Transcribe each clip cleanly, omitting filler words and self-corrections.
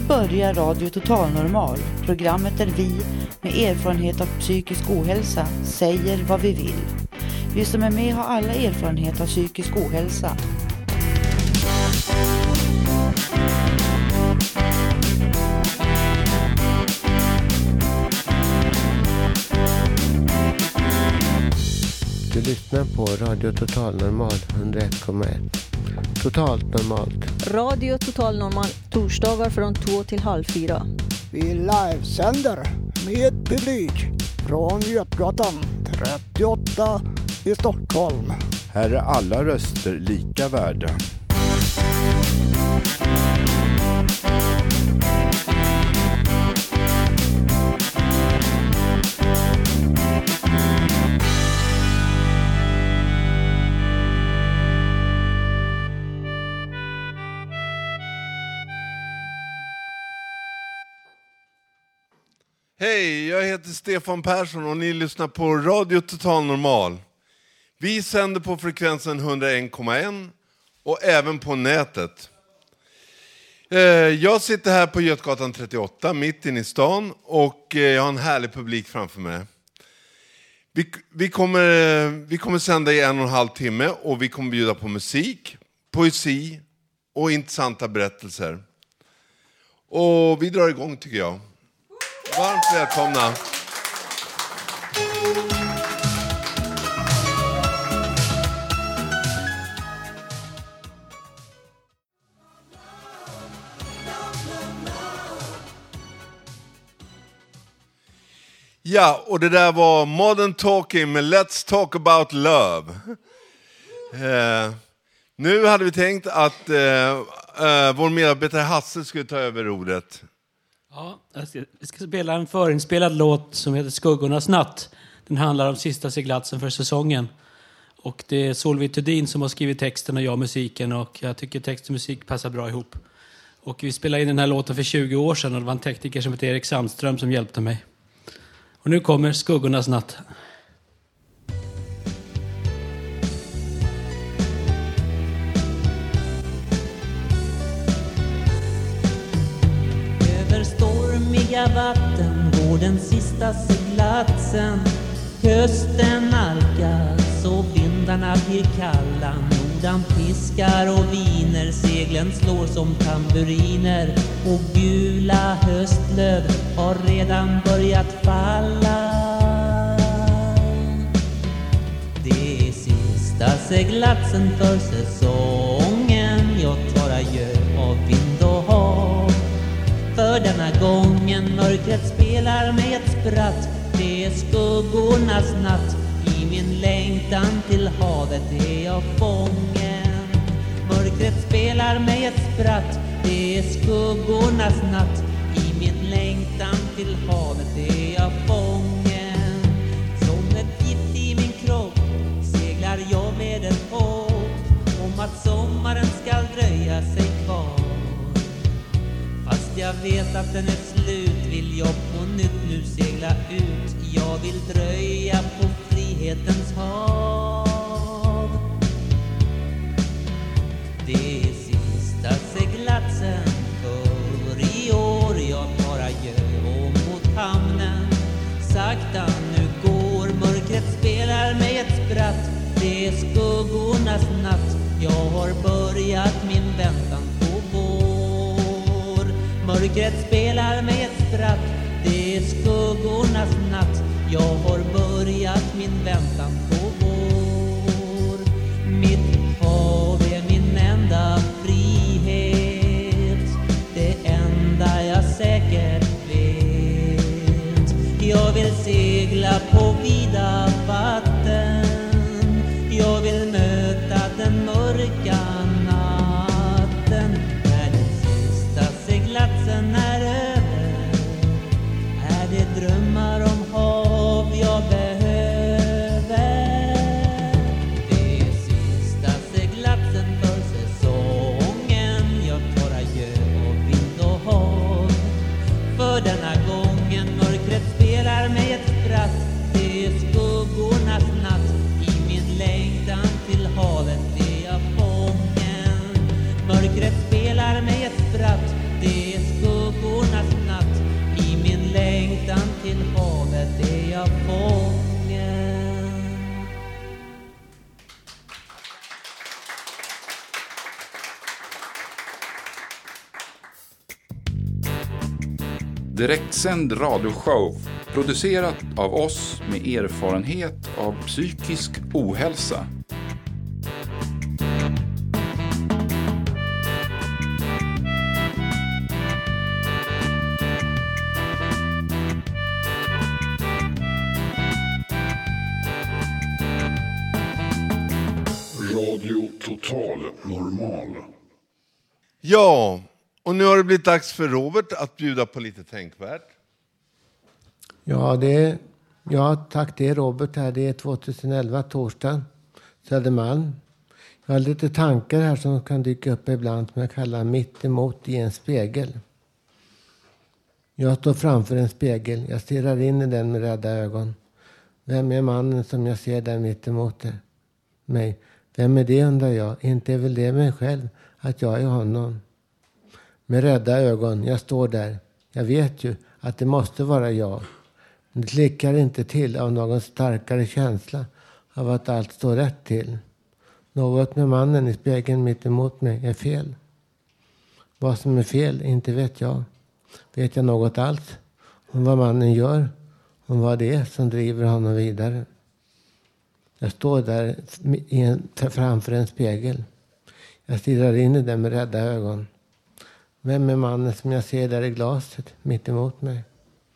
börjar Radio Total Normal, programmet där vi med erfarenhet av psykisk ohälsa säger vad vi vill. Vi som är med har alla erfarenhet av psykisk ohälsa. Du lyssnar på Radio Total Normal 101,1. Totalt normalt. Radio Total Normal, torsdagar från 2 till halv 4. Vi livesänder med publik från Götgatan 38 i Stockholm. Här är alla röster lika värda. Hej, jag heter Stefan Persson och ni lyssnar på Radio Total Normal. Vi sänder på frekvensen 101,1 och även på nätet. Jag sitter här på Götgatan 38, mitt inne i stan, och jag har en härlig publik framför mig. Vi kommer sända i 1,5 timme och vi kommer bjuda på musik, poesi och intressanta berättelser. Och vi drar igång tycker jag. Varmt välkomna. Ja, och det där var Modern Talking med Let's Talk About Love. Nu hade vi tänkt att vår medarbetare Hasse skulle ta över ordet. Ja, vi ska spela en förinspelad låt som heter Skuggornas natt. Den handlar om sista seglatsen för säsongen. Och det är Solveig Thudin som har skrivit texten och jag musiken. Och jag tycker text och musik passar bra ihop. Och vi spelade in den här låten för 20 år sedan och det var en tekniker som heter Erik Sandström som hjälpte mig. Och nu kommer Skuggornas natt. Stormiga vatten går den sista seglatsen. Hösten nalkas och vindarna blir kalla. Nordan piskar och viner, seglen slår som tamburiner. Och gula höstlöv har redan börjat falla. Det är sista seglatsen för säsongen. Jag tar adjö av vind och hav. För denna gången mörkret spelar med ett spratt. Det är skuggornas natt. I min längtan till havet är jag fången. Mörkret spelar med ett spratt. Det är skuggornas natt. I min längtan till havet är jag fången. Som ett gift i min kropp seglar jag med ett hopp om att sommaren ska dröja sig kvar. Fast jag vet att den är slut vill jag på nytt nu segla ut. Jag vill dröja på frihetens hav. Det är sista seglatsen för i år. Jag tar adjö och mot hamnen. Sakta nu går mörkret spelar med ett spratt. Det är skuggornas natt. Jag har börjat min väntan på vår. Mörkret spelar med ett spratt. Det är skuggornas natt. Jag har börjat min väntan på vår. Mitt hav är min enda frihet. Det enda jag säkert vet. Jag vill segla på vida vatten. Jag vill möta den mörka natten. När den sista seglatsen är över är det drömmar om hav jag behöver. Det är sista seglatsen för säsongen. Jag tar adjö av vind och hav. För denna gången mörkret spelar med ett spratt. Det är skuggornas natt. I min längtan till havet är jag fången. Mörkret spelar med ett spratt. Det är skuggornas direktsänd radioshow producerat av oss med erfarenhet av psykisk ohälsa. Radio Total Normal. Ja, och nu har det blivit dags för Robert att bjuda på lite tänkvärt. Ja, tack, det är Robert här. Det är 2011, torsdag, Södermalm. Jag har lite tankar här som kan dyka upp ibland som jag kallar mitt emot i en spegel. Jag står framför en spegel. Jag stirrar in i den med rädda ögon. Vem är mannen som jag ser där mitt emot mig? Vem är det, undrar jag? Inte är väl det mig själv att jag är honom. Med rädda ögon, jag står där. Jag vet ju att det måste vara jag. Men det klickar inte till av någon starkare känsla av att allt står rätt till. Något med mannen i spegeln mitt emot mig är fel. Vad som är fel, inte vet jag. Vet jag något alls om vad mannen gör? Om vad det är som driver honom vidare? Jag står där framför en spegel. Jag stirrar in i den med rädda ögon. Vem är mannen som jag ser där i glaset mitt emot mig?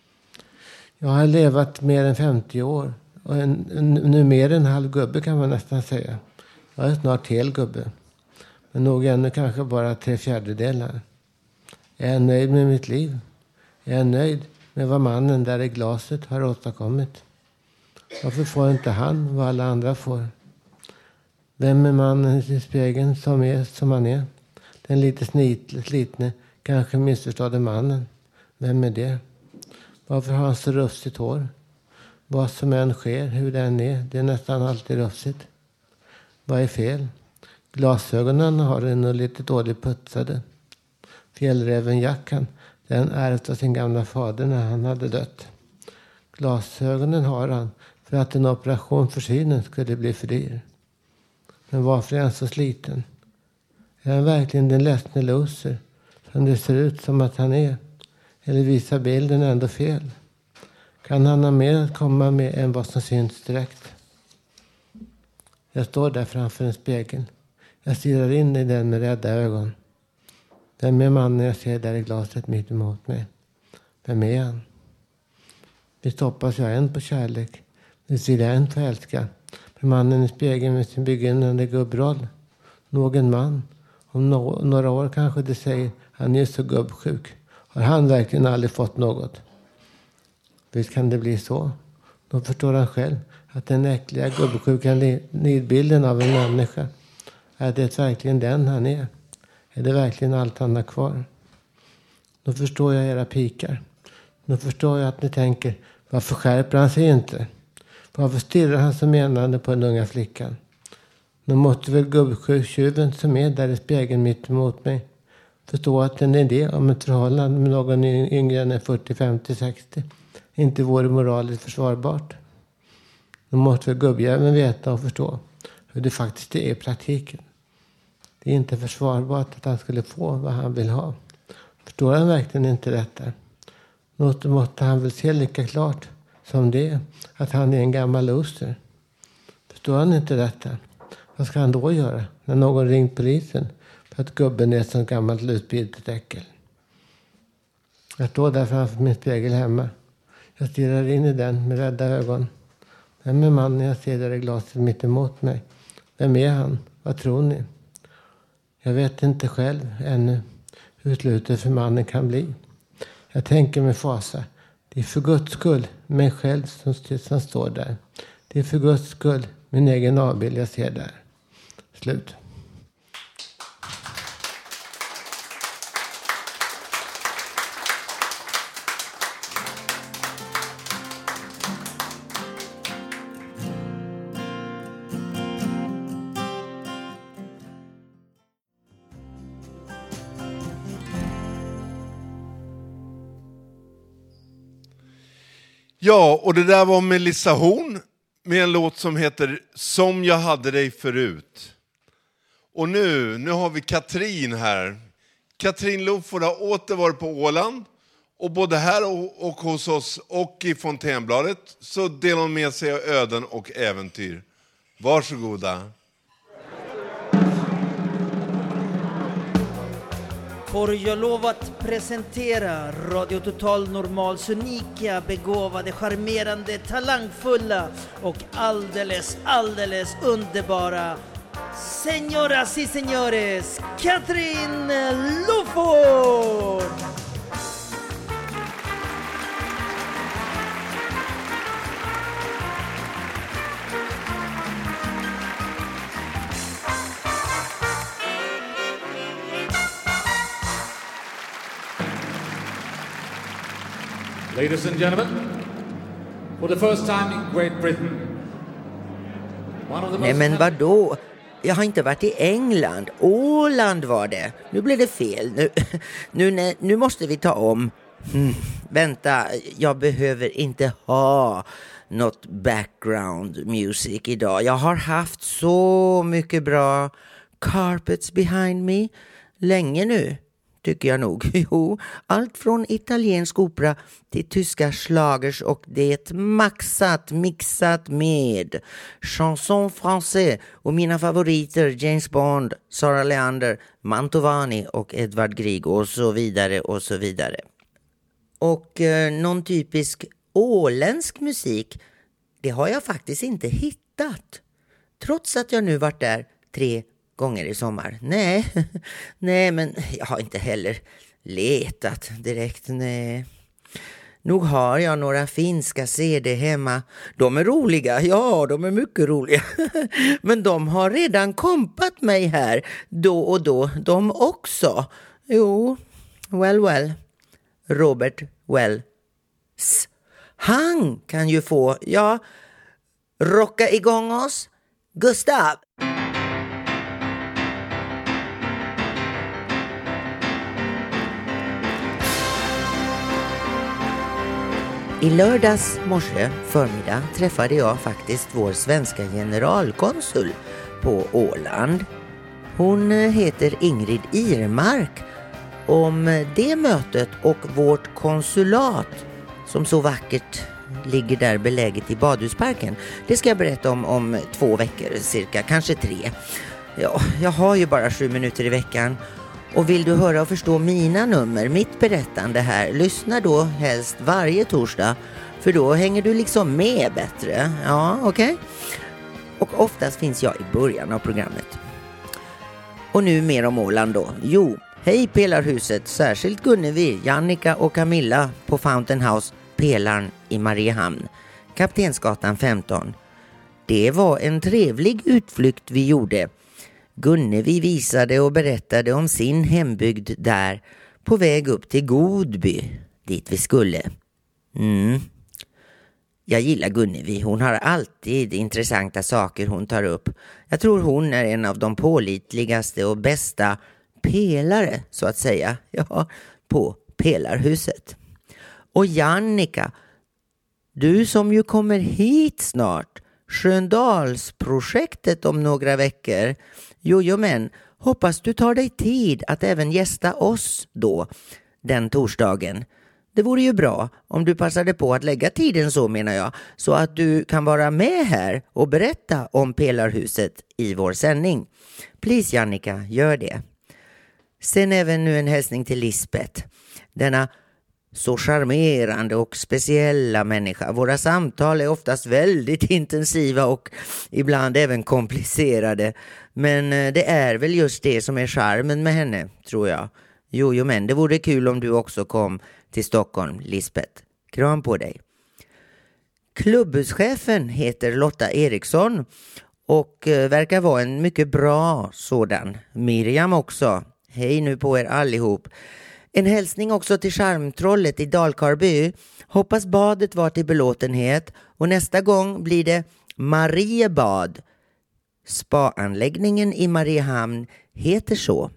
Jag har levat mer än 50 år. Och nu mer än halv gubbe kan man nästan säga. Jag är snart hel gubbe. Men nog ännu kanske bara 3/4. Jag är nöjd med mitt liv. Jag är nöjd med vad mannen där i glaset har åstadkommit. Varför får inte han vad alla andra får? Vem är mannen i spegeln som är som han är? Den lite slitne, kanske missförstådde mannen. Vem är det? Varför har han så rufsigt hår? Vad som än sker, hur det än är, det är nästan alltid rufsigt. Vad är fel? Glasögonen har den nog lite dåligt putsade. Fjällrävenjackan, den ärvt av sin gamla fader när han hade dött. Glasögonen har han för att en operation för synen skulle bli för dyr. Men varför är han så sliten? Är han verkligen den ledsne loser som det ser ut som att han är? Eller visar bilden ändå fel? Kan han ha mer att komma med än vad som syns direkt? Jag står där framför en spegel. Jag stirrar in i den med rädda ögon. Vem är mannen jag ser där i glaset mitt emot mig? Vem är han? Visst hoppas jag en på kärlek. Visst vill jag en få älska. Men mannen i spegeln med sin begynnande gubbroll. Någon man. Om några år kanske det säger han är så gubbsjuk. Har han verkligen aldrig fått något? Visst kan det bli så. Då förstår han själv att den äckliga gubbsjuka nidbilden av en människa. Är det verkligen den han är? Är det verkligen allt han har kvar? Då förstår jag era pikar. Då förstår jag att ni tänker, varför skärper han sig inte? Varför stirrar han så menande på den unga flickan? Då måste väl gubbsjuktjuven som är där i spegeln mitt emot mig förstå att en idé om ett förhållande med någon yngre än 40, 50, 60 inte vore moraliskt försvarbart. Då måste väl gubbjäveln veta och förstå hur det faktiskt är i praktiken. Det är inte försvarbart att han skulle få vad han vill ha. Förstår han verkligen inte detta? Då måste han väl se lika klart som det att han är en gammal loser. Förstår han inte detta? Vad ska han då göra när någon ringt polisen för att gubben är ett sånt gammalt lutbitet äckel? Jag står där framför min spegel hemma. Jag stirrar in i den med rädda ögon. Vem är mannen jag ser där i glaset mitt emot mig? Vem är han? Vad tror ni? Jag vet inte själv ännu hur slutet för mannen kan bli. Jag tänker med fasa. Det är för Guds skull mig själv som står där. Det är för Guds skull min egen avbild jag ser där. Slut. Ja, och det där var Melissa Horn med en låt som heter Som jag hade dig förut. Och nu har vi Katrin här. Katrin Loford har åter varit på Åland Och både här och hos oss och i Fontänbladet så delar de med sig av öden och äventyr. Varsågoda. Får jag lov att presentera Radio Total Normals unika, begåvade, charmerande, talangfulla och alldeles underbara Señoras y señores, Katrin Loford! Ladies and gentlemen, for the first time in Great Britain, Nej men vadå? Jag har inte varit i England. Åland var det. Nu blev det fel. Nu måste vi ta om. Vänta, jag behöver inte ha något background music idag. Jag har haft så mycket bra carpets behind me länge nu. Tycker jag nog. Jo, allt från italiensk opera till tyska schlagers och det mixat med chanson français och mina favoriter James Bond, Sarah Leander, Mantovani och Edvard Grieg och så vidare och så vidare. Och någon typisk åländsk musik, det har jag faktiskt inte hittat. Trots att jag nu varit där 3 gånger i sommar. Nej, men jag har inte heller letat direkt, nej. Nog har jag några finska CD hemma. De är roliga, ja, de är mycket roliga. Men de har redan kompat mig här då och då, de också. Jo, well. Robert Wells. Han kan ju få, rocka igång oss. Gustav! I lördags morse förmiddag träffade jag faktiskt vår svenska generalkonsul på Åland. Hon heter Ingrid Irmark. Om det mötet och vårt konsulat som så vackert ligger där beläget i Badhusparken, det ska jag berätta om 2 veckor cirka, kanske 3. Ja, jag har ju bara 7 minuter i veckan. Och vill du höra och förstå mina nummer, mitt berättande här, lyssna då helst varje torsdag. För då hänger du liksom med bättre. Ja, okej. Och oftast finns jag i början av programmet. Och nu mer om Åland då. Jo, hej Pelarhuset, särskilt Gunnevi, Jannica och Camilla på Fountain House, Pelaren i Mariehamn. Kaptensgatan 15. Det var en trevlig utflykt vi gjorde. Gunnevi visade och berättade om sin hembygd där på väg upp till Godby, dit vi skulle. Jag gillar Gunnevi, hon har alltid intressanta saker hon tar upp. Jag tror hon är en av de pålitligaste och bästa pelare, så att säga, på Pelarhuset. Och Jannica, du som ju kommer hit snart, Sköndalsprojektet om några veckor. Jo, men hoppas du tar dig tid att även gästa oss då, den torsdagen. Det vore ju bra om du passade på att lägga tiden så, menar jag, så att du kan vara med här och berätta om Pelarhuset i vår sändning. Please Jannica, gör det. Sen även nu en hälsning till Lisbeth. Denna så charmerande och speciella människa. Våra samtal är oftast väldigt intensiva och ibland även komplicerade. Men det är väl just det som är charmen med henne, tror jag. Jo, men det vore kul om du också kom till Stockholm, Lisbeth. Kram på dig. Klubbhuschefen heter Lotta Eriksson och verkar vara en mycket bra sådan. Miriam också. Hej nu på er allihop. En hälsning också till Charmtrollet i Dalkarby. Hoppas badet var till belåtenhet och nästa gång blir det Mariebad. Spaanläggningen i Mariehamn heter så.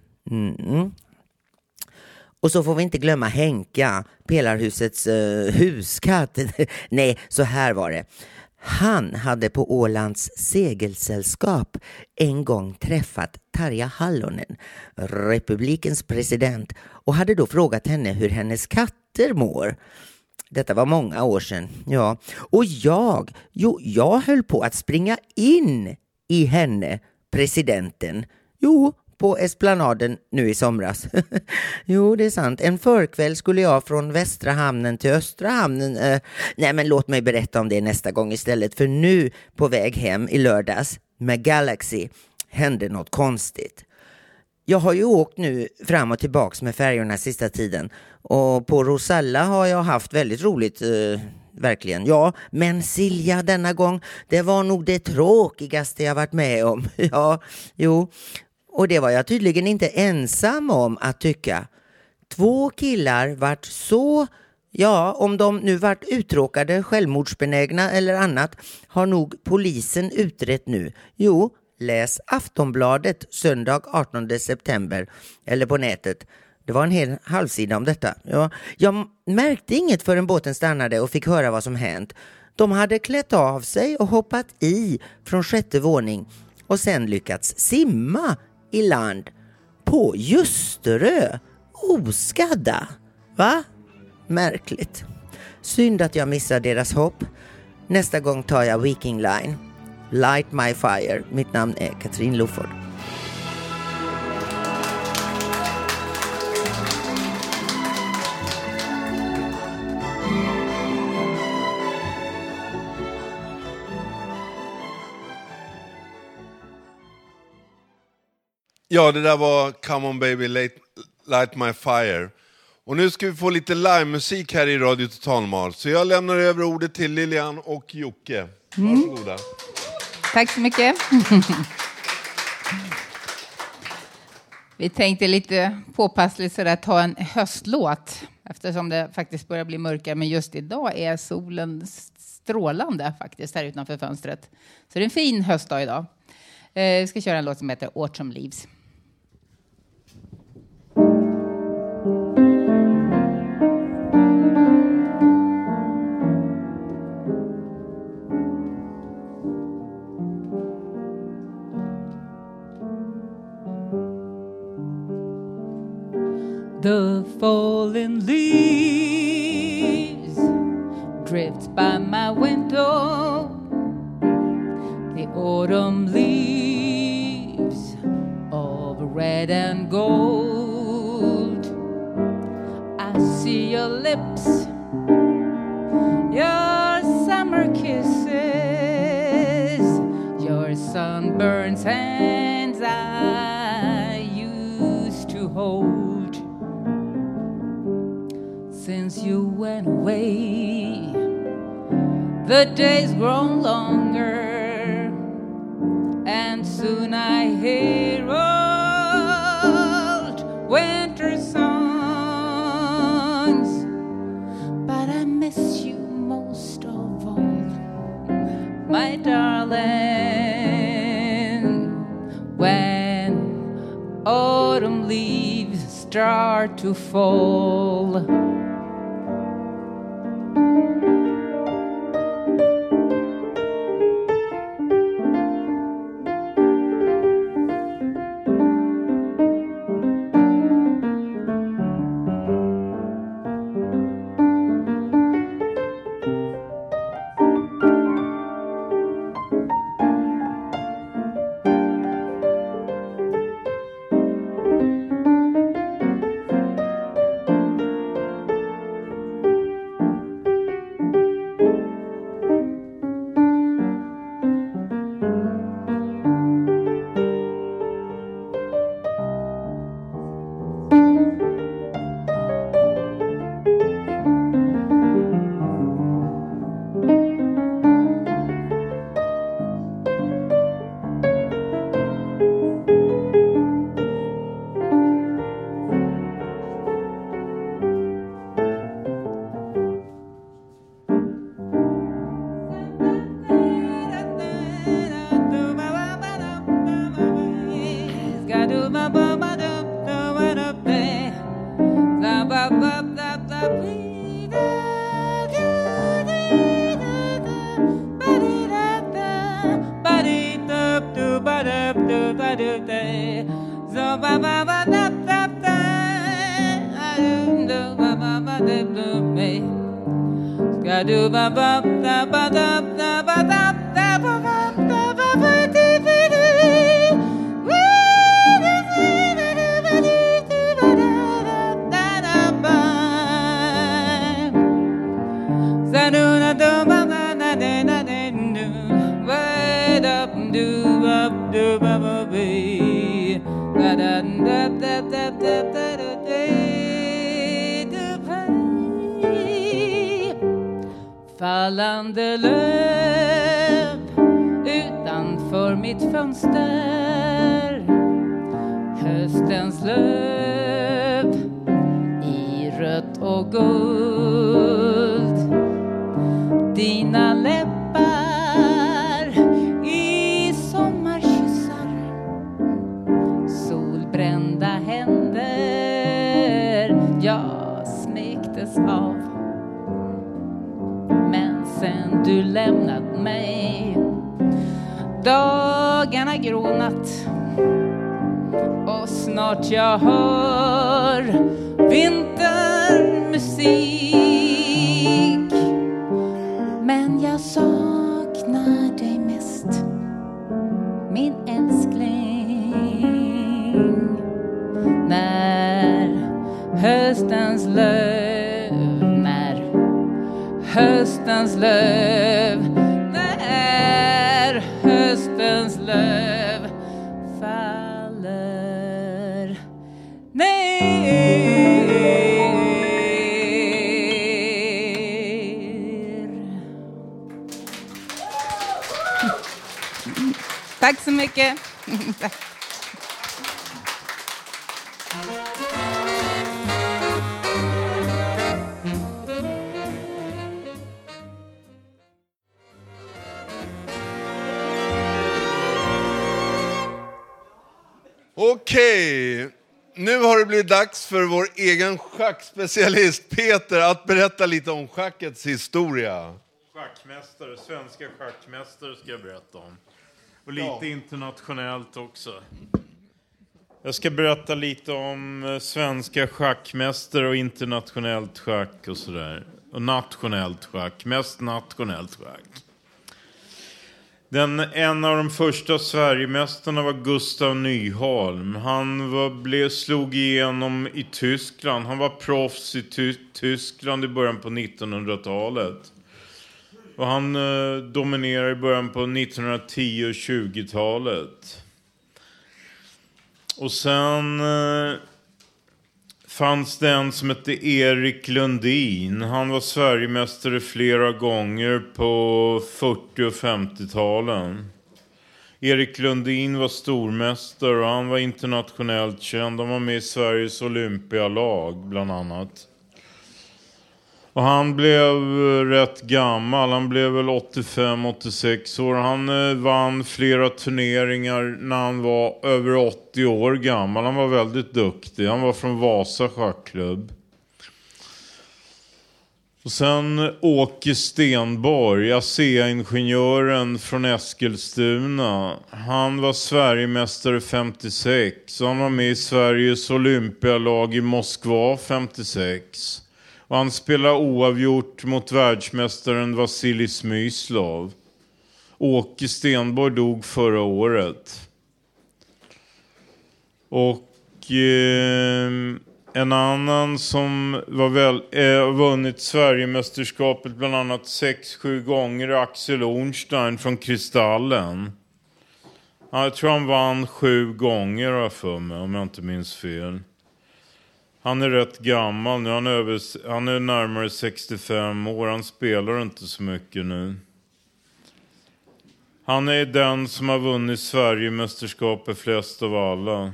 Och så får vi inte glömma Henka, Pelarhusets huskatt. Nej, så här var det. Han hade på Ålands segelsällskap en gång träffat Tarja Hallonen, republikens president, och hade då frågat henne hur hennes katter mår. Detta var många år sedan, ja. Och jag höll på att springa in i henne, presidenten. På Esplanaden nu i somras. Jo, det är sant. En förkväll skulle jag från Västra hamnen till Östra hamnen. Nej, men låt mig berätta om det nästa gång istället. För nu på väg hem i lördags med Galaxy hände något konstigt. Jag har ju åkt nu fram och tillbaks med färjorna sista tiden. Och på Rosalla har jag haft väldigt roligt, verkligen. Ja, men Silja denna gång, det var nog det tråkigaste jag varit med om. Och det var jag tydligen inte ensam om att tycka. 2 killar vart så, om de nu vart uttråkade, självmordsbenägna eller annat, har nog polisen utrett nu. Läs Aftonbladet söndag 18 september eller på nätet. Det var en hel halvsida om detta. Jag märkte inget förrän båten stannade och fick höra vad som hänt. De hade klätt av sig och hoppat i från 6:e våning och sen lyckats simma i land på Ljusterö, oskadda. Va? Märkligt. Synd att jag missar deras hopp. Nästa gång tar jag Viking Line. Light My Fire. Mitt namn är Katrin Loford. Ja, det där var Come On Baby, Light My Fire. Och nu ska vi få lite livemusik här i Radio Total Normal. Så jag lämnar över ordet till Lilian och Jocke. Varsågoda. Tack så mycket. Vi tänkte lite påpassligt sådär ta en höstlåt. Eftersom det faktiskt börjar bli mörkare. Men just idag är solen strålande faktiskt här utanför fönstret. Så det är en fin höstdag idag. Vi ska köra en låt som heter Autumn Leaves. The fallen leaves drifts by my window. The autumn leaves of red and gold. I see your lips, your summer kisses, your sunburned hands I used to hold. Since you went away, the days grown longer, and soon I hear old winter songs. But I miss you most of all, my darling, when autumn leaves start to fall. Fallande löv utanför mitt fönster. Höstens löv i rött och guld. Dina läppar i sommarkyssar. Solbrända händer jag smektes av. Men sen du lämnat mig, dagarna grånat, och snart jag hör vintermusik. Men jag saknar dig mest, min älskling. När höstens löv, när höstens löv, när höstens löv faller ner. Tack så mycket. Okej, nu har det blivit dags för vår egen schackspecialist Peter att berätta lite om schackets historia. Schackmästare, svenska schackmästare ska jag berätta om. Och lite internationellt också. Jag ska berätta lite om svenska schackmästare och internationellt schack och sådär. Och nationellt schack, mest nationellt schack. En av de första Sverigemästarna var Gustav Nyholm. Han slog igenom i Tyskland. Han var proffs i Tyskland i början på 1900-talet. Och han dominerade i början på 1910- och 20-talet. Och sen fanns det en som hette Erik Lundin. Han var Sverigemästare flera gånger på 40- och 50-talen. Erik Lundin var stormästare och han var internationellt känd. Han var med i Sveriges olympialag bland annat. Och han blev rätt gammal. Han blev väl 85-86 år. Han vann flera turneringar när han var över 80 år gammal. Han var väldigt duktig. Han var från Vasa schackklubb. Och sen Åke Stenborg, ASEA-ingenjören från Eskilstuna. Han var Sverigemästare 56. Och han var med i Sveriges olympialag i Moskva 56. Och han spelade oavgjort mot världsmästaren Vasilij Smyslov. Åke Stenborg dog förra året. Och en annan som vunnit Sverigemästerskapet bland annat 6-7 gånger är Axel Ornstein från Kristallen. Jag tror han vann 7 gånger för mig, om jag inte minns fel. Han är rätt gammal nu. Han är närmare 65 år. Han spelar inte så mycket nu. Han är den som har vunnit Sverigemästerskapet flest av alla.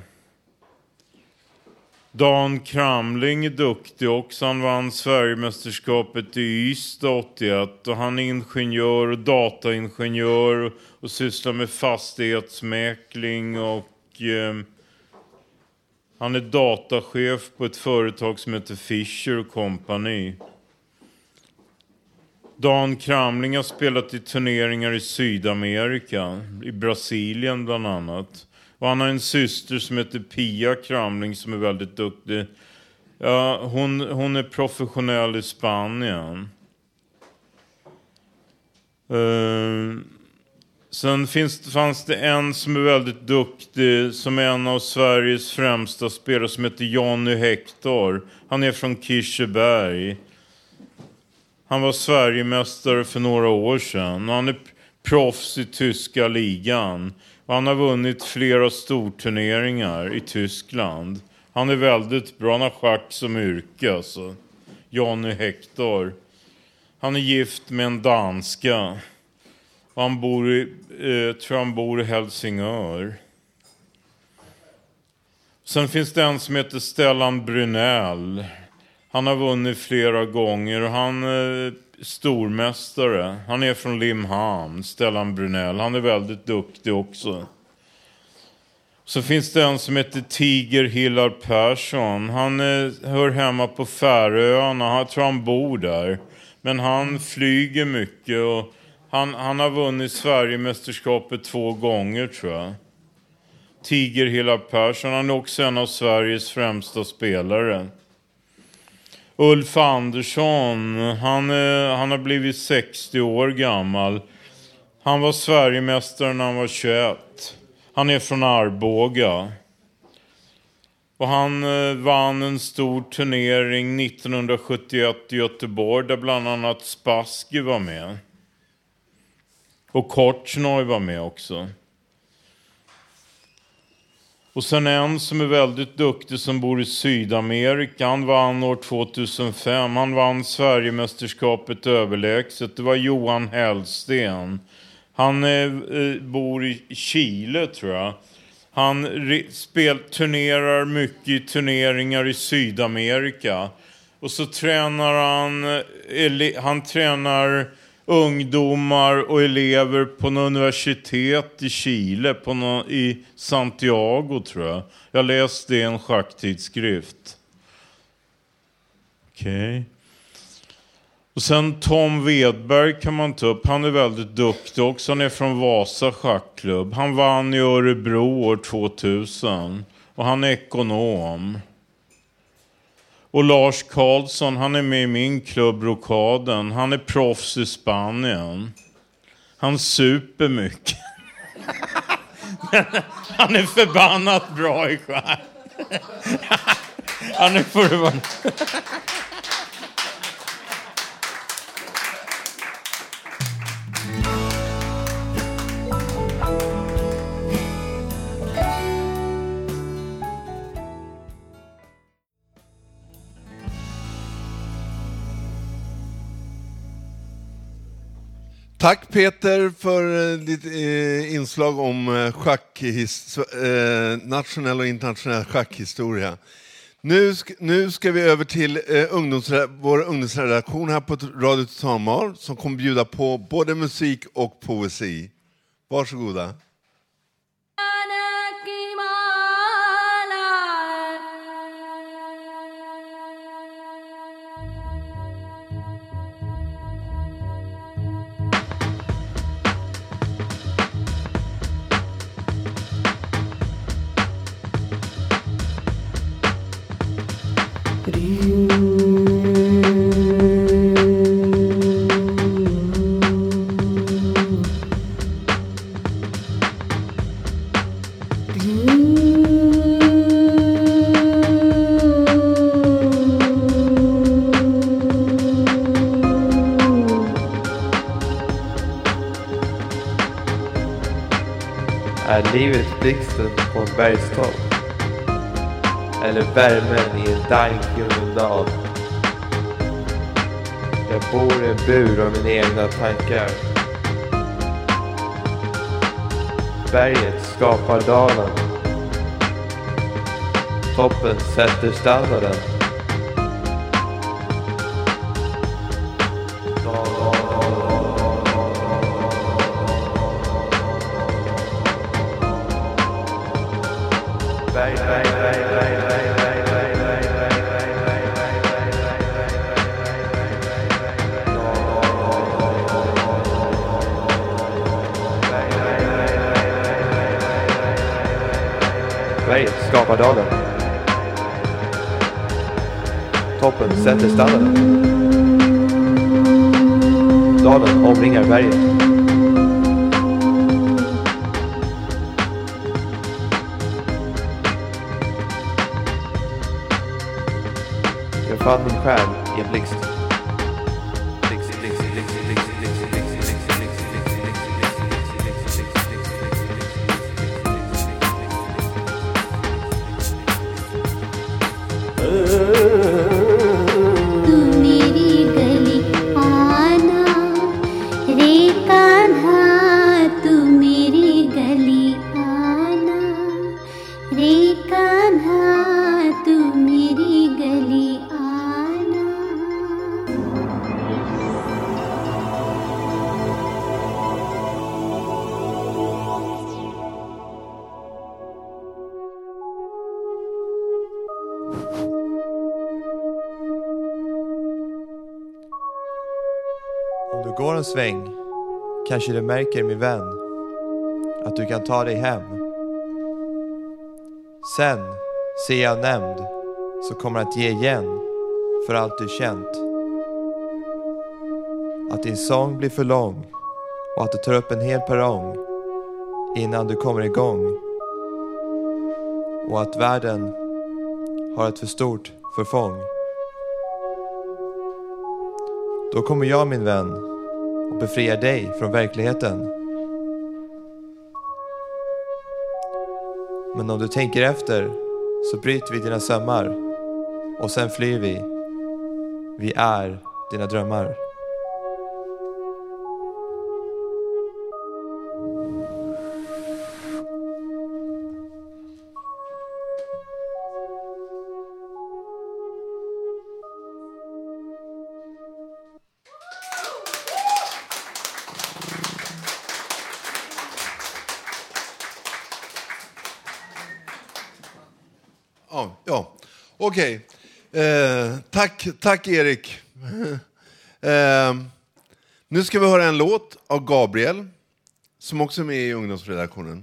Dan Kramling är duktig också. Han vann Sverigemästerskapet i Ystad 81. Och han är ingenjör och dataingenjör. Och sysslar med fastighetsmäkling och... han är datachef på ett företag som heter Fisher Company. Dan Kramling har spelat i turneringar i Sydamerika. I Brasilien bland annat. Och han har en syster som heter Pia Kramling som är väldigt duktig. Ja, hon är professionell i Spanien. Sen fanns det en som är väldigt duktig, som är en av Sveriges främsta spelare, som heter Johnny Hector. Han är från Kirseberg. Han var Sverigemästare för några år sedan. Han är proffs i tyska ligan. Och han har vunnit flera storturneringar i Tyskland. Han är väldigt bra. Han har schack som yrke, alltså. Johnny Hector. Han är gift med en danska. Och han bor i Helsingör. Sen finns det en som heter Stellan Brunell. Han har vunnit flera gånger och han är stormästare. Han är från Limhamn, Stellan Brunell. Han är väldigt duktig också. Så finns det en som heter Tiger Hillar Persson. Han hör hemma på Färöarna. Jag tror han bor där. Men han flyger mycket och han har vunnit Sverigemästerskapet 2 gånger, tror jag. Tiger Hillar Persson, han är också en av Sveriges främsta spelare. Ulf Andersson, han har blivit 60 år gammal. Han var Sverigemästare när han var 21. Han är från Arboga. Och han vann en stor turnering 1971 i Göteborg, där bland annat Spassky var med. Och Korchnoj var med också. Och sen en som är väldigt duktig som bor i Sydamerika. Han vann år 2005. Han vann Sverigemästerskapet överlägset. Det var Johan Hellsten. Han bor i Chile, tror jag. Han turnerar mycket i turneringar i Sydamerika. Och så tränar han tränar ungdomar och elever på en universitet i Chile, i Santiago, tror jag. Jag läste det i en schacktidskrift. Okej. Och sen Tom Wedberg kan man ta upp. Han är väldigt duktig också. Han är från Vasa schackklubb. Han vann i Örebro år 2000. Och han är ekonom. Och Lars Karlsson, han är med i min klubb Rokaden. Han är proffs i Spanien. Han super mycket. Han är förbannat bra i schack. Han är förbannat. Tack Peter för ditt inslag om nationell och internationell schackhistoria. Nu ska vi över till vår ungdomsredaktion här på Radio Total Normal, som kommer bjuda på både musik och poesi. Varsågoda. Är livet blixten på en bergstopp? Eller värmen i en dank i Ljungdal? Jag bor i en bur av mina egna tankar. Berget skapar dalen. Toppen sätter standarden. Berget skapar dalen. Toppen sätter standarden. Dalen omringar berget. Jag fann min själ i en blixt. Om du går en sväng kanske du märker, min vän, att du kan ta dig hem. Sen ser jag nämnd så kommer att ge igen för allt du känt. Att din sång blir för lång och att du tar upp en hel perrong innan du kommer igång. Och att världen har ett för stort förfång. Då kommer jag, min vän, och befriar dig från verkligheten. Men om du tänker efter så bryter vi dina sömmar och sen flyr vi. Vi är dina drömmar. Ja. Okej. Tack Erik. Nu ska vi höra en låt av Gabriel som också är med i ungdomsredaktionen.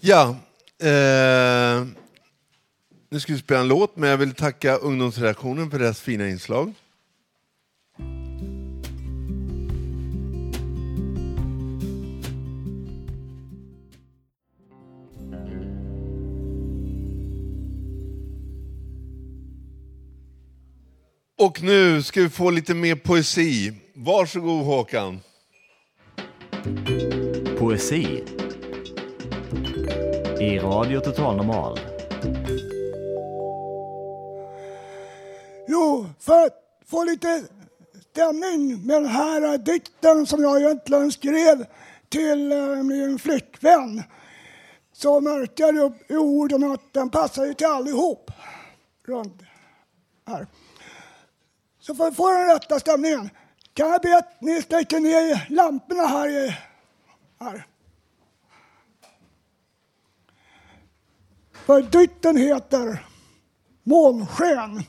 Ja, nu ska vi spela en låt, men jag vill tacka ungdomsredaktionen för deras fina inslag. Och nu ska vi få lite mer poesi. Varsågod Håkan. Poesi i Radio Total Normal. Jo, för att få lite stämning med den här dikten som jag egentligen skrev till min flickvän, så märkte jag i orden att den passar ju till allihop runt här. Så för att få den rätta stämningen kan jag be att ni stäcker ner lamporna här. För dikten heter Månsken.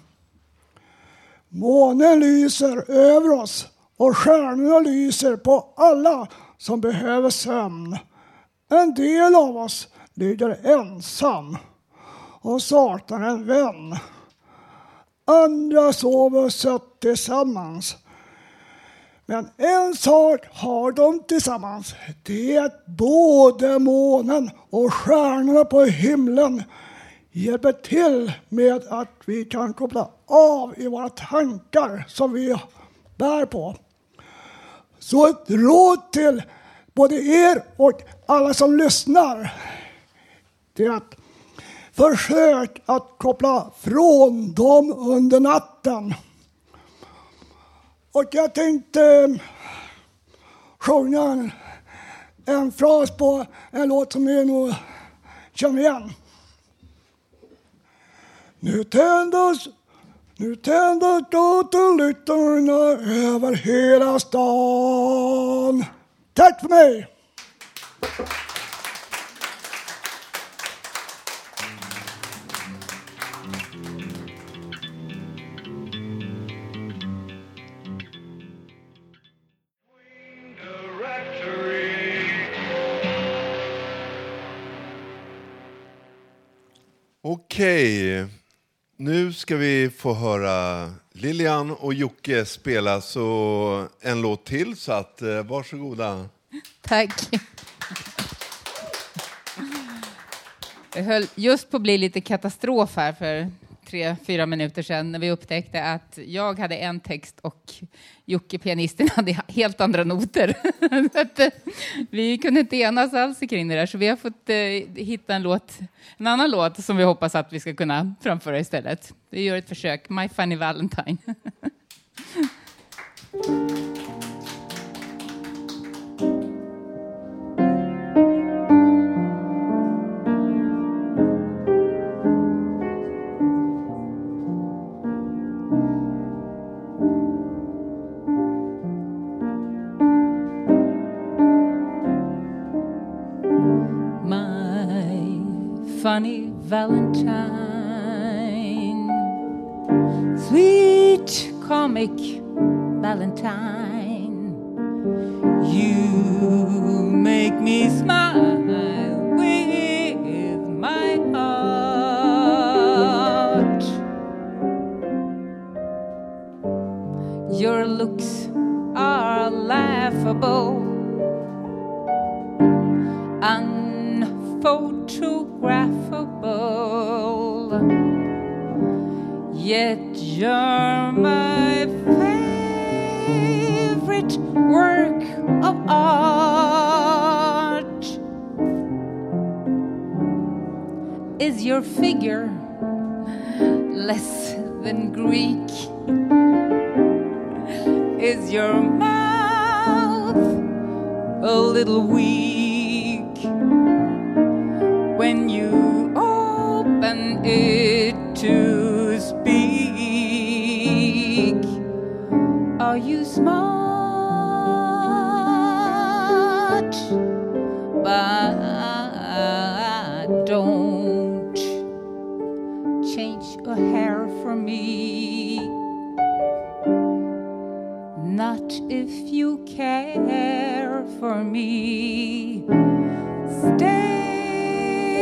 Månen lyser över oss och stjärnorna lyser på alla som behöver sömn. En del av oss ligger ensam och saknar en vän. Andra sover sött tillsammans. Men en sak har de tillsammans. Det är att både månen och stjärnorna på himlen hjälper till med att vi kan koppla av i våra tankar som vi bär på. Så ett råd till både er och alla som lyssnar, det är att försök att koppla från dem under natten. Och jag tänkte sjunga en fras på en låt som ni nog känner igen. Nu tändas gatulyktorna över hela stan. Tack för mig! Okej, nu ska vi få höra Lilian och Jocke spela så en låt till, så att varsågoda. Tack. Det höll just på att bli lite katastrof här för 3-4 minuter sedan när vi upptäckte att jag hade en text och Jocke, pianisten, hade helt andra noter. Vi kunde inte enas alls kring det där, så vi har fått hitta en annan låt som vi hoppas att vi ska kunna framföra istället. Vi gör ett försök. My Funny Valentine. Funny Valentine, sweet comic Valentine, you make me smile with my heart. Your looks are laughable, unphotographable, yet you're my favorite work of art. Is your figure less than Greek? Is your mouth a little weak when you open it to speak? Are you smart? But don't change a hair for me. Not if you care for me. Stay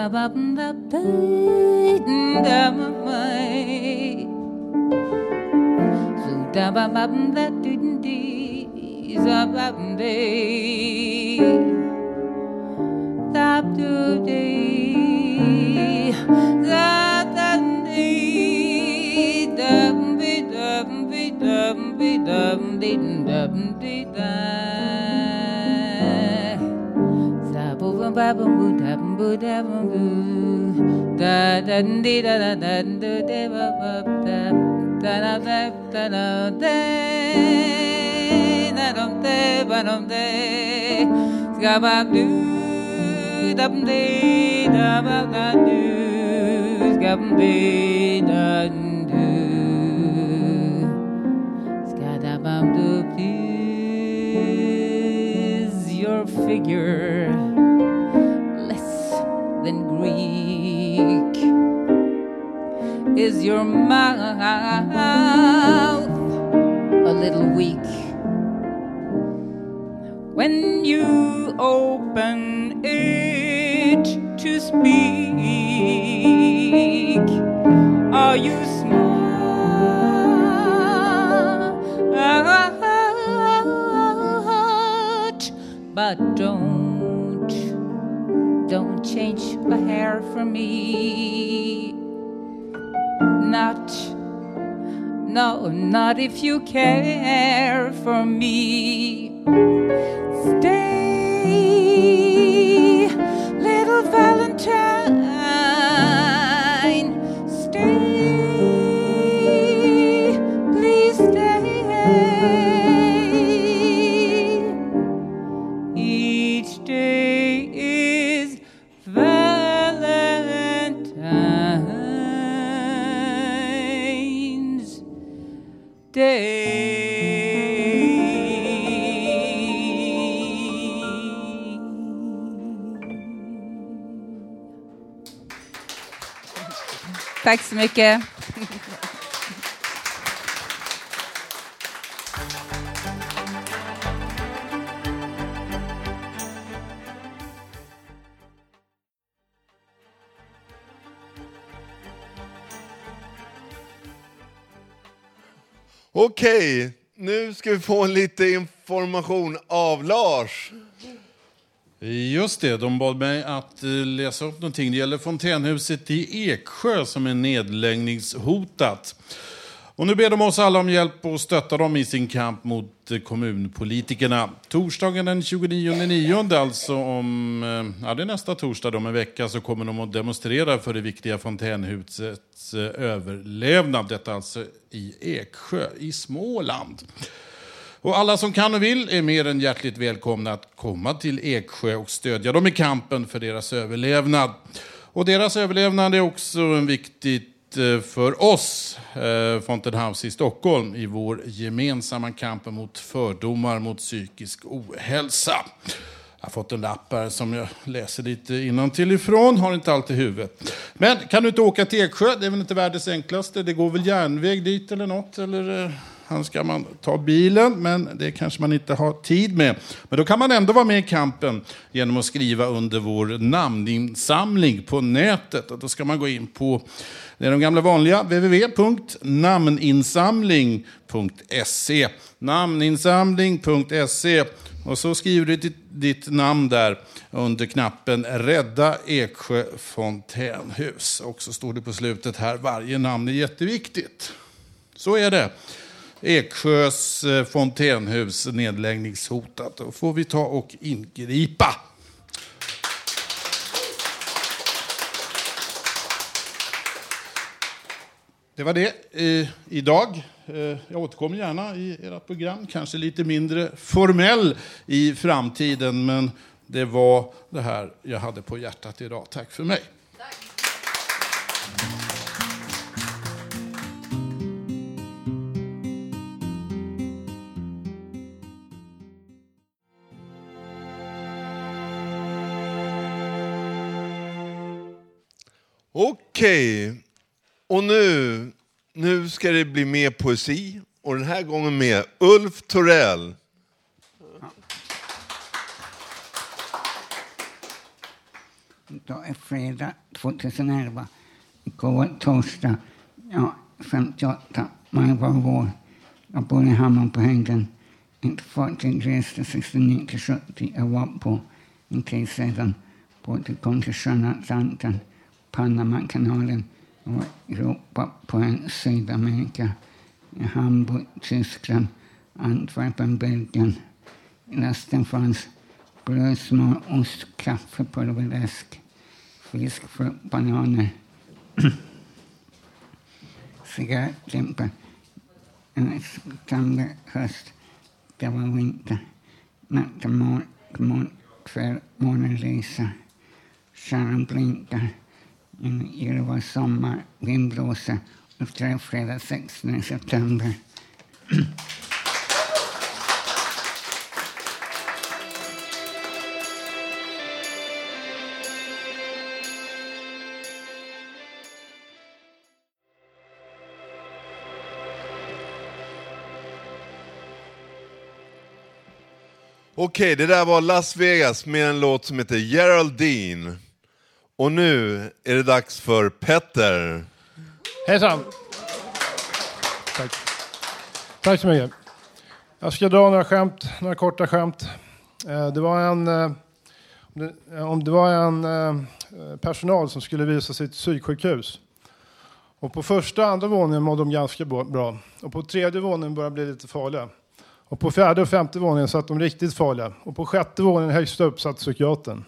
Is your figure less than Greek? Is your mouth a little weak? When you open it to speak, are you smart? But don't change a hair for me. Not if you care for me. Stay, little Valentine. Stay, please stay. Each day is Valentine's Day. Tack så mycket. Okej, nu ska vi få lite information av Lars. Just det, de bad mig att läsa upp någonting. Det gäller fontänhuset i Eksjö som är nedläggningshotat. Och nu ber de oss alla om hjälp och stötta dem i sin kamp mot kommunpolitikerna. Torsdagen den 29/9, alltså om det är nästa torsdag om en vecka, så kommer de att demonstrera för det viktiga fontänhusets överlevnad. Detta alltså i Eksjö i Småland. Och alla som kan och vill är mer än hjärtligt välkomna att komma till Eksjö och stödja dem i kampen för deras överlevnad. Och deras överlevnad är också en viktigt för oss, Fountain House i Stockholm, i vår gemensamma kamp mot fördomar mot psykisk ohälsa. Jag har fått en lapp här som jag läser lite innantill ifrån, har inte allt i huvudet. Men kan du inte åka till Eksjö? Det är väl inte världens enklaste. Det går väl järnväg dit eller något, eller ska man ta bilen, men det kanske man inte har tid med. Men då kan man ändå vara med i kampen genom att skriva under vår namninsamling på nätet. Och då ska man gå in på det är de gamla vanliga www.namninsamling.se namninsamling.se och så skriver du ditt namn där under knappen Rädda Eksjö fontänhus. Och så står det på slutet här, varje namn är jätteviktigt. Så är det. Eksjös fontänhus nedläggningshotat. Då får vi ta och ingripa. Det var det idag. Jag återkommer gärna i era program. Kanske lite mindre formell i framtiden. Men det var det här jag hade på hjärtat idag. Tack för mig. Tack. Okej. Och nu ska det bli mer poesi. Och den här gången med Ulf Torell. Då är fredag 2011. Igår torsdag, 58 maj var år. Jag bor i Hammar på höjden. Ett fartyg reste 69-70. Jag var på en tid sedan. Båten kom till sjön Atlanten, Panamakanalen och Europa på en Sydamerika. I Hamburg, Tyskland, Antwerpen, Belgien. I lasten fanns bröd, smör, ost, kaffe, pulverläsk, fisk, frukt, bananer, cigarettlimpor. En september, höst, det var vinter. Natten, kväll, månen lyser. Stjärnan blinkar. En yrvar sommar, vind blåser. Och träff fredag 16 september. Okej, det där var Las Vegas med en låt som heter Geraldine. Och nu är det dags för Petter. Hejsan. Tack. Tack så mycket. Jag ska dra några korta skämt. Det var en personal som skulle visa sitt psyksjukhus. Och på första och andra våningen mådde de ganska bra. Och på tredje våningen började bli lite farliga. Och på fjärde och femte våningen satt de riktigt farliga. Och på sjätte våningen högst upp satt psykiatern.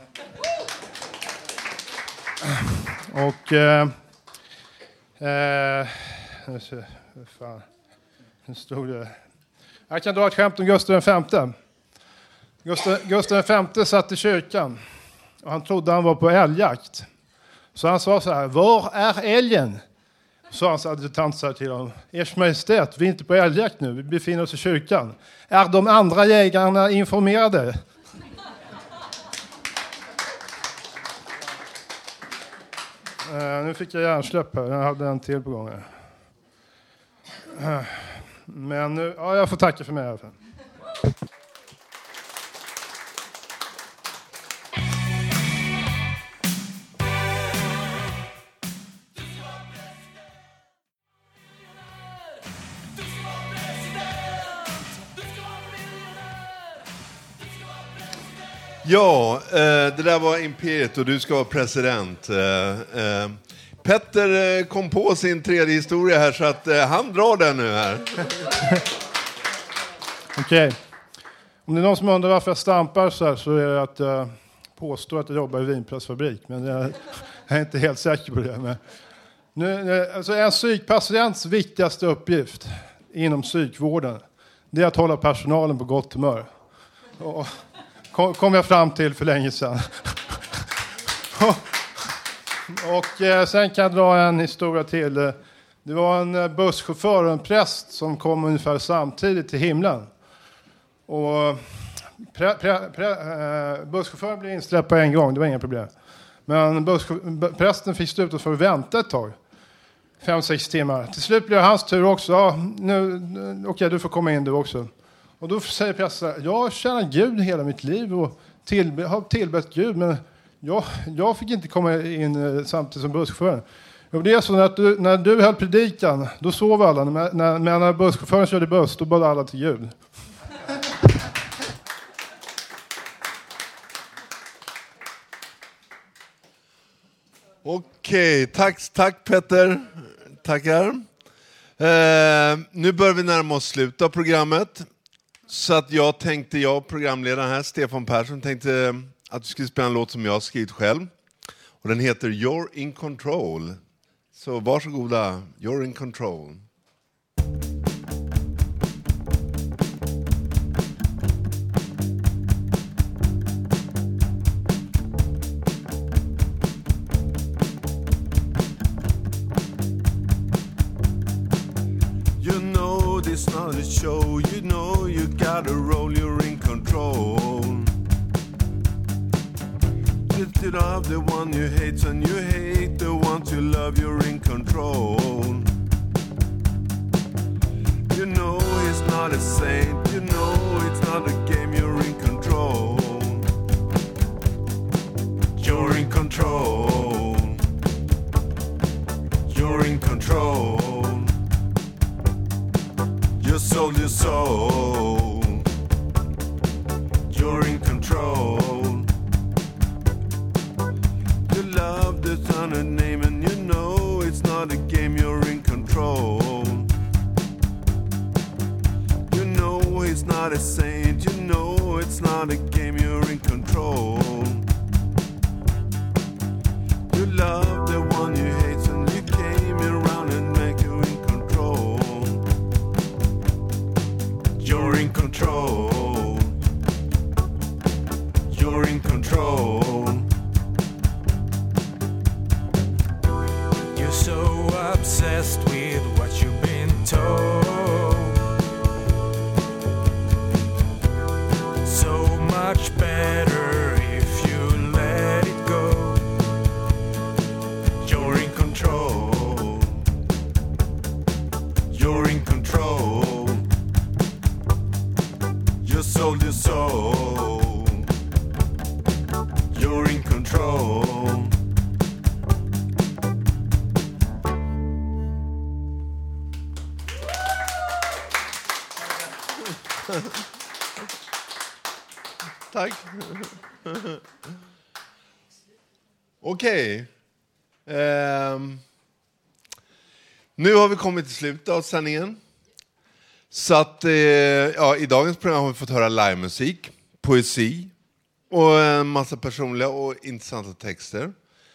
Och nu stod det. Jag kan dra ett skämt om Gustav V. Gustav V satt i kyrkan. Och han trodde han var på älgjakt. Så han sa så här: var är älgen? Så hans adjutant sa till honom: Ers Majestät, vi är inte på älgjakt nu, vi befinner oss i kyrkan. Är de andra jägarna informerade? Nu fick jag hjärnsläpp här, jag hade en till på gång här. Men nu, ja, jag får tacka för mig i alla fall. Ja, det där var Imperiet och du ska vara president. Petter kom på sin tredje historia här så att han drar den nu här. Okej. Om det är någon som undrar varför jag stampar så här, så är det att jag påstår att jag jobbar i vinpressfabrik. Men jag är inte helt säker på det. Men alltså en psykpatients viktigaste uppgift inom psykvården, det är att hålla personalen på gott humör. Och kom jag fram till för länge sedan. Och sen kan jag dra en historia till. Det var en busschaufför och en präst som kom ungefär samtidigt till himlen. Och busschauffören blev insläppt på en gång, det var inga problem. Men prästen fick sluta för att vänta ett tag. 5-6 timmar. Till slut blev hans tur också. Ja, okej, du får komma in du också. Och då säger prästen: jag känner Gud hela mitt liv och har tillbett Gud, men jag fick inte komma in samtidigt som busschauffören. Och det är så att när du höll predikan, då sov alla. Men när busschauffören körde buss, då bad alla till Gud. Okej, tack Petter. Tackar. Nu börjar vi närma oss slutet av programmet. Så att programledaren här, Stefan Persson, tänkte att du skulle spela en låt som jag har skrivit själv. Och den heter You're in Control. Så varsågoda, You're in Control. You know this not a show, you know you got a role, you're in control. If you love the one you hate and you hate the ones you love, you're in control. You know he's not a saint, you know it's not a game, you're in control. You're in control. You're in control. You love the sound of name and you know it's not a game. You're in control. You know he's not a saint. You know it's not a game. You're in control. You love the one you hate and you came around and make you in control. You're in control. You're in control. You're so obsessed with what you've been told. So much better if you let it go. You're in control. You're in control. You sold your soul. You're in control. Tack. Okej. Nu har vi kommit till slutet av sändningen. Så att i dagens program har vi fått höra livemusik, poesi och en massa personliga och intressanta texter.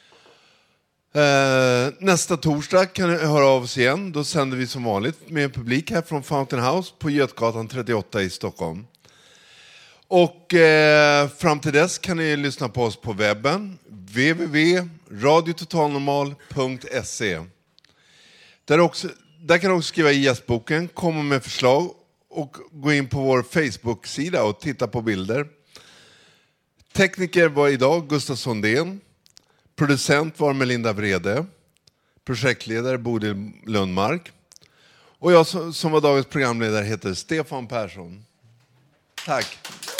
Nästa torsdag kan ni höra av oss igen. Då sänder vi som vanligt med en publik här från Fountain House på Götgatan 38 i Stockholm. Och fram till dess kan ni lyssna på oss på webben www.radiototalnormal.se. Där kan du också skriva i gästboken, komma med förslag och gå in på vår Facebook-sida och titta på bilder. Tekniker var idag Gustav Sondén. Producent var Melinda Vrede. Projektledare Bodil Lundmark. Och jag som var dagens programledare heter Stefan Persson. Tack.